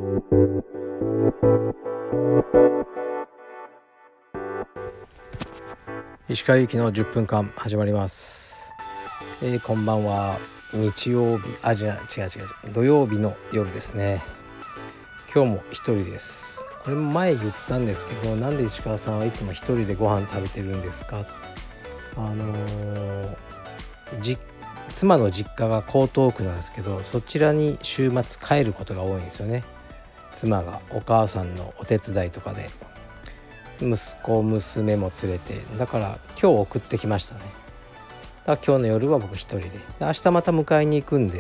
石川由紀の10分間始まります。こんばんは。日曜日、土曜日の夜ですね。今日も一人です。これも前言ったんですけど、なんで石川さんはいつも一人でご飯食べてるんですか？妻の実家が江東区なんですけど、そちらに週末帰ることが多いんですよね。妻がお母さんのお手伝いとかで、息子娘も連れて、だから今日送ってきましたね。だから今日の夜は僕一人で、明日また迎えに行くんで、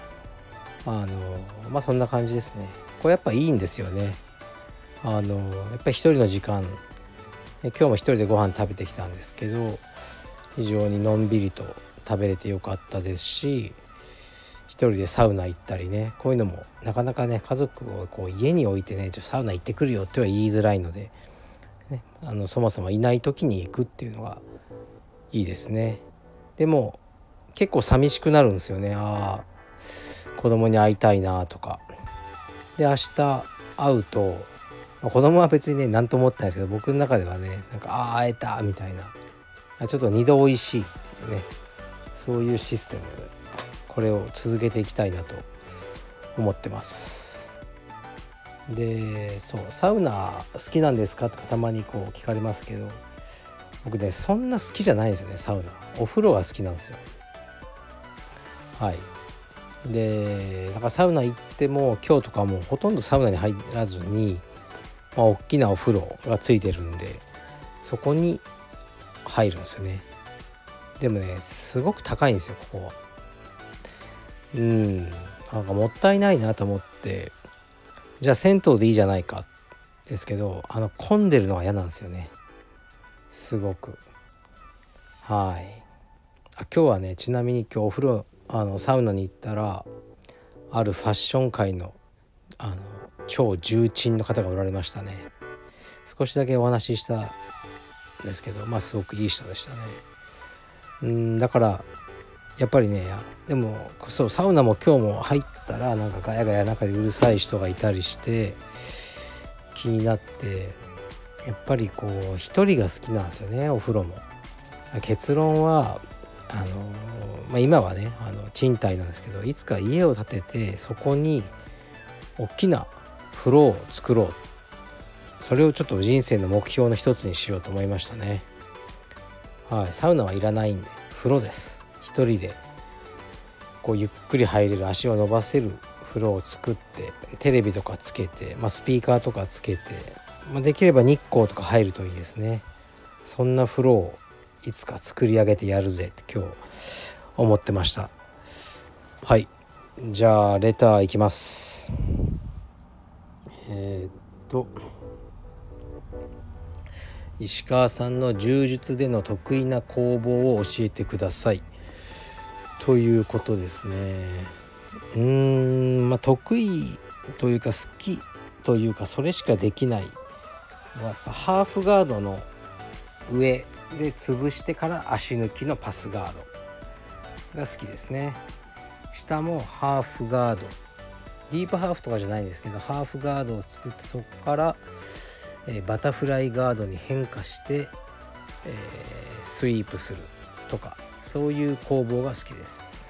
そんな感じですね。これやっぱいいんですよね。やっぱり一人の時間、今日も一人でご飯食べてきたんですけど、非常にのんびりと食べれてよかったですし、一人でサウナ行ったりね、こういうのもなかなかね、家族をこう家に置いてね、サウナ行ってくるよっては言いづらいので、そもそもいない時に行くっていうのがいいですね。でも結構寂しくなるんですよね。子供に会いたいなとかで、明日会うと、子供は別にね何とも思ってないですけど、僕の中ではね、なんか会えたみたいな、ちょっと二度おいしいっていうね、そういうシステム、これを続けていきたいなと思ってます。で、サウナ好きなんですかとかたまにこう聞かれますけど、僕ねそんな好きじゃないんですよね。サウナ、お風呂が好きなんですよ。はい。で、だからサウナ行っても今日とかもほとんどサウナに入らずに、大きなお風呂がついてるんで、そこに入るんですよね。でもね、すごく高いんですよ、ここは。なんかもったいないなと思って、じゃあ銭湯でいいじゃないかですけど、混んでるのが嫌なんですよね、すごく。はい。今日はね、ちなみに今日お風呂サウナに行ったら、あるファッション界の超重鎮の方がおられましたね。少しだけお話ししたんですけど、すごくいい人でしたね。だからやっぱりね、でもサウナも今日も入ったらなんかガヤガヤ中でうるさい人がいたりして気になって、やっぱりこう一人が好きなんですよね、お風呂も。結論は今はね賃貸なんですけど、いつか家を建ててそこに大きな風呂を作ろう、それをちょっと人生の目標の一つにしようと思いましたね。はい。サウナはいらないんで風呂です。一人でこうゆっくり入れる、足を伸ばせる風呂を作って、テレビとかつけて、スピーカーとかつけて、できれば日光とか入るといいですね。そんな風呂をいつか作り上げてやるぜって今日思ってました。はい。じゃあレターいきます。石川さんの柔術での得意な攻防を教えてくださいということですね。得意というか好きというか、それしかできないのはやっぱハーフガードの上で潰してから足抜きのパスガードが好きですね。下もハーフガード、ディープハーフとかじゃないんですけど、ハーフガードを作って、そこからバタフライガードに変化して、スイープするとか、そういう攻防が好きです。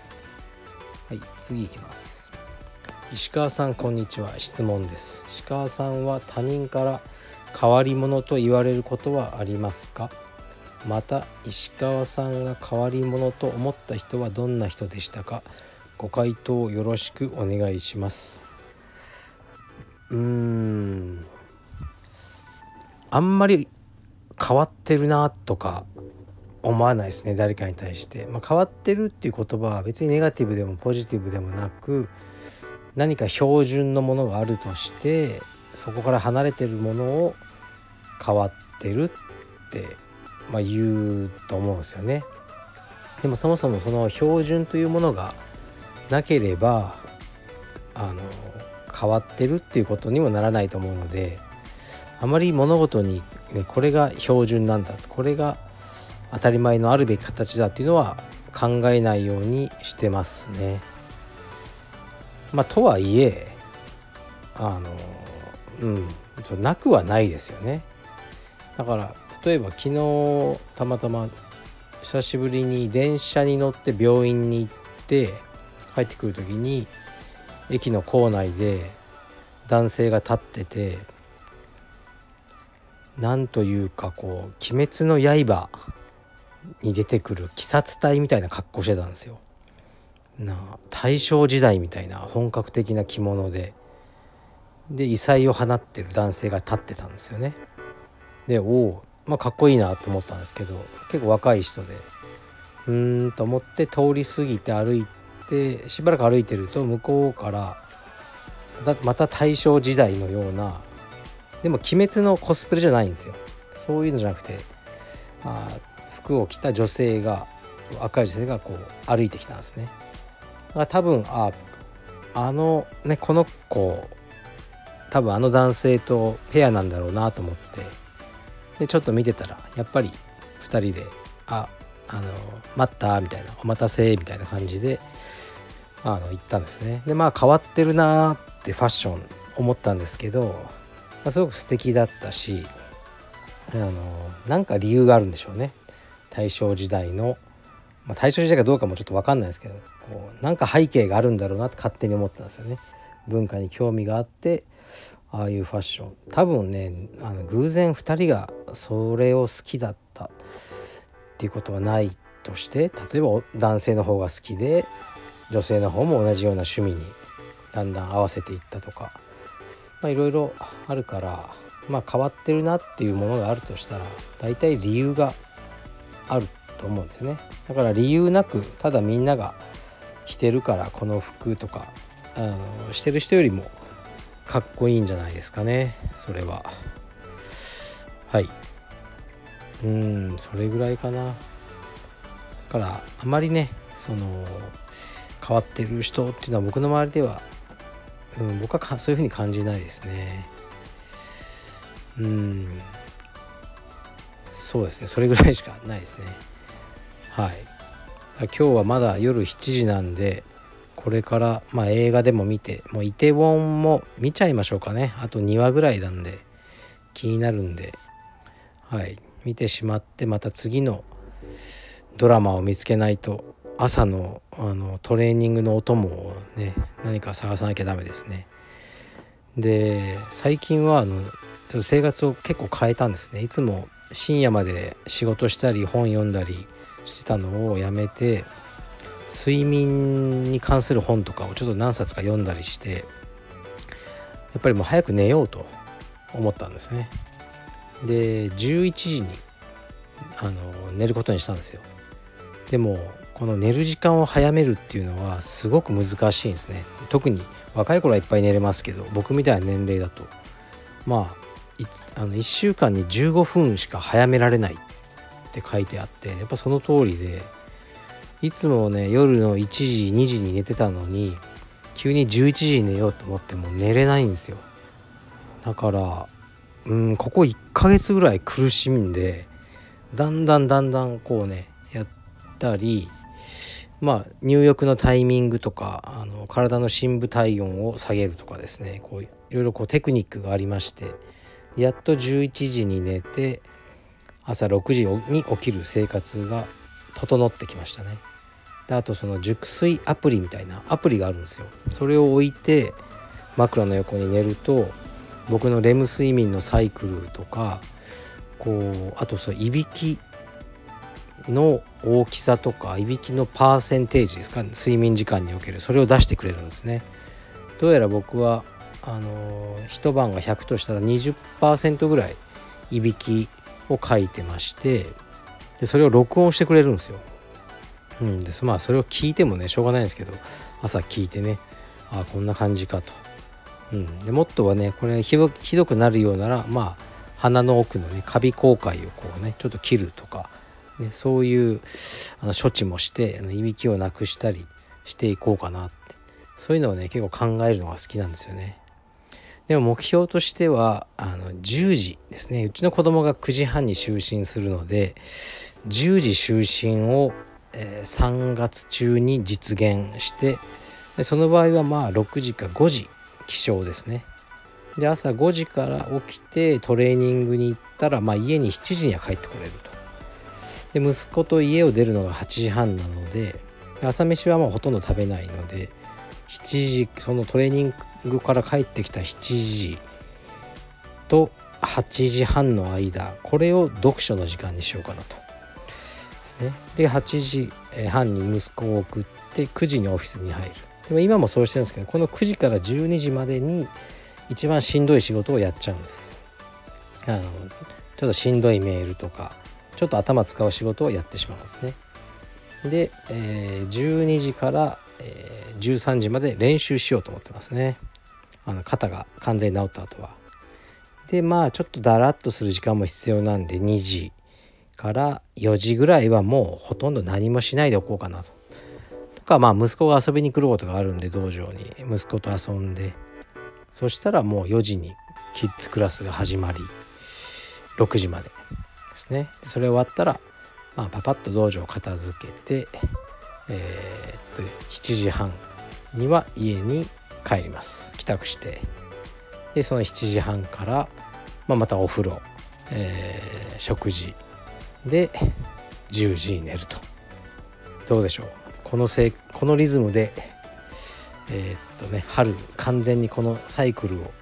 はい、次いきます。石川さんこんにちは。質問です。石川さんは他人から変わり者と言われることはありますか？また石川さんが変わり者と思った人はどんな人でしたか？ご回答よろしくお願いします。あんまり変わってるなとか思わないですね、誰かに対して。変わってるっていう言葉は別にネガティブでもポジティブでもなく、何か標準のものがあるとして、そこから離れてるものを変わってるって、言うと思うんですよね。でもそもそもその標準というものがなければ変わってるっていうことにもならないと思うので、あまり物事に、これが標準なんだ、これが当たり前のあるべき形だっていうのは考えないようにしてますね。とはいえなくはないですよね。だから例えば昨日たまたま久しぶりに電車に乗って病院に行って帰ってくる時に駅の構内で男性が立ってて、なんというかこう鬼滅の刃に出てくる鬼殺隊みたいな格好してたんですよ。大正時代みたいな本格的な着物で異彩を放ってる男性が立ってたんですよね。でかっこいいなと思ったんですけど、結構若い人でと思って通り過ぎて歩いてしばらく歩いてると、向こうからまた大正時代のような、でも鬼滅のコスプレじゃないんですよ。そういうのじゃなくて、服を着た女性が、若い女性がこう歩いてきたんですね。だから多分この子多分男性とペアなんだろうなと思って、でちょっと見てたらやっぱり2人で待ったみたいな、お待たせみたいな感じで行ったんですね。で変わってるなってファッション思ったんですけど、すごく素敵だったし、なんか理由があるんでしょうね。大正時代の、大正時代かどうかもちょっと分かんないですけど、なんか背景があるんだろうなって勝手に思ってたんですよね。文化に興味があって、ああいうファッション、多分ね偶然2人がそれを好きだったっていうことはないとして、例えば男性の方が好きで女性の方も同じような趣味にだんだん合わせていったとか、いろいろあるから、変わってるなっていうものがあるとしたら大体理由があると思うんですよね。だから理由なくただみんなが着てるからこの服とかしてる人よりもかっこいいんじゃないですかね、それは。はい、それぐらいかな。だからあまりね変わってる人っていうのは僕の周りでは、僕はそういう風に感じないですね。そうですね、それぐらいしかないですね。はい。今日はまだ夜7時なんで、これから映画でも見て、もうイテウォンも見ちゃいましょうかね。あと2話ぐらいなんで気になるんで、見てしまってまた次のドラマを見つけないと、朝のトレーニングのお供をね、何か探さなきゃダメですね。で最近はちょっと生活を結構変えたんですね。いつも深夜まで仕事したり本読んだりしてたのをやめて、睡眠に関する本とかをちょっと何冊か読んだりして、やっぱりもう早く寝ようと思ったんですね。で11時に寝ることにしたんですよ。でもこの寝る時間を早めるっていうのはすごく難しいんですね。特に若い頃はいっぱい寝れますけど、僕みたいな年齢だと1週間に15分しか早められないって書いてあって、やっぱその通りで、いつもね夜の1時2時に寝てたのに急に11時に寝ようと思っても寝れないんですよ。だからここ1ヶ月ぐらい苦しみんで、だんだんこうねやったり、入浴のタイミングとか体の深部体温を下げるとかですね、いろいろテクニックがありまして、やっと11時に寝て朝6時に起きる生活が整ってきましたね。であとその熟睡アプリみたいなアプリがあるんですよ。それを置いて枕の横に寝ると、僕のレム睡眠のサイクルとかあといびきの大きさとかいびきのパーセンテージですか、睡眠時間における、それを出してくれるんですね。どうやら僕は一晩が100としたら 20% ぐらいいびきを書いてまして、でそれを録音してくれるんですよ。でそれを聞いてもねしょうがないんですけど、朝聞いてね、こんな感じかと。でもっとはねこれひどくなるようなら鼻の奥のねカビ口蓋をちょっと切るとか、そういう処置もしていびきをなくしたりしていこうかなって、そういうのをね結構考えるのが好きなんですよね。でも目標としては10時ですね。うちの子供が9時半に就寝するので、10時就寝を、3月中に実現して、でその場合は6時か5時起床ですね。 で朝5時から起きてトレーニングに行ったら、家に7時には帰ってこれると。で息子と家を出るのが8時半なので、朝飯はもうほとんど食べないので、7時、そのトレーニングから帰ってきた7時と8時半の間、これを読書の時間にしようかなとですね。で8時半に息子を送って9時にオフィスに入る。でも今もそうしてるんですけど、この9時から12時までに一番しんどい仕事をやっちゃうんです。ちょっとしんどいメールとかちょっと頭使う仕事をやってしまうんですね。で、12時から、13時まで練習しようと思ってますね。肩が完全に治った後は。でちょっとだらっとする時間も必要なんで、2時から4時ぐらいはもうほとんど何もしないでおこうかなと。息子が遊びに来ることがあるんで、道場に息子と遊んで、そしたらもう4時にキッズクラスが始まり、6時までですね。それ終わったら、パパッと道場を片付けて、7時半には家に帰ります。帰宅して、でその7時半から、またお風呂、食事で10時に寝ると。どうでしょう、このリズムで春完全にこのサイクルを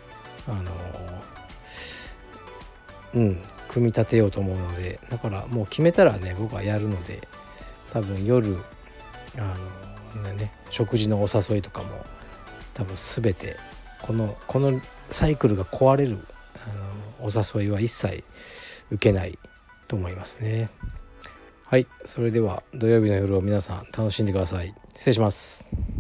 組み立てようと思うので、だからもう決めたらね、僕はやるので、多分夜食事のお誘いとかも多分全てこのサイクルが壊れるお誘いは一切受けないと思いますね。はい、それでは土曜日の夜を皆さん楽しんでください。失礼します。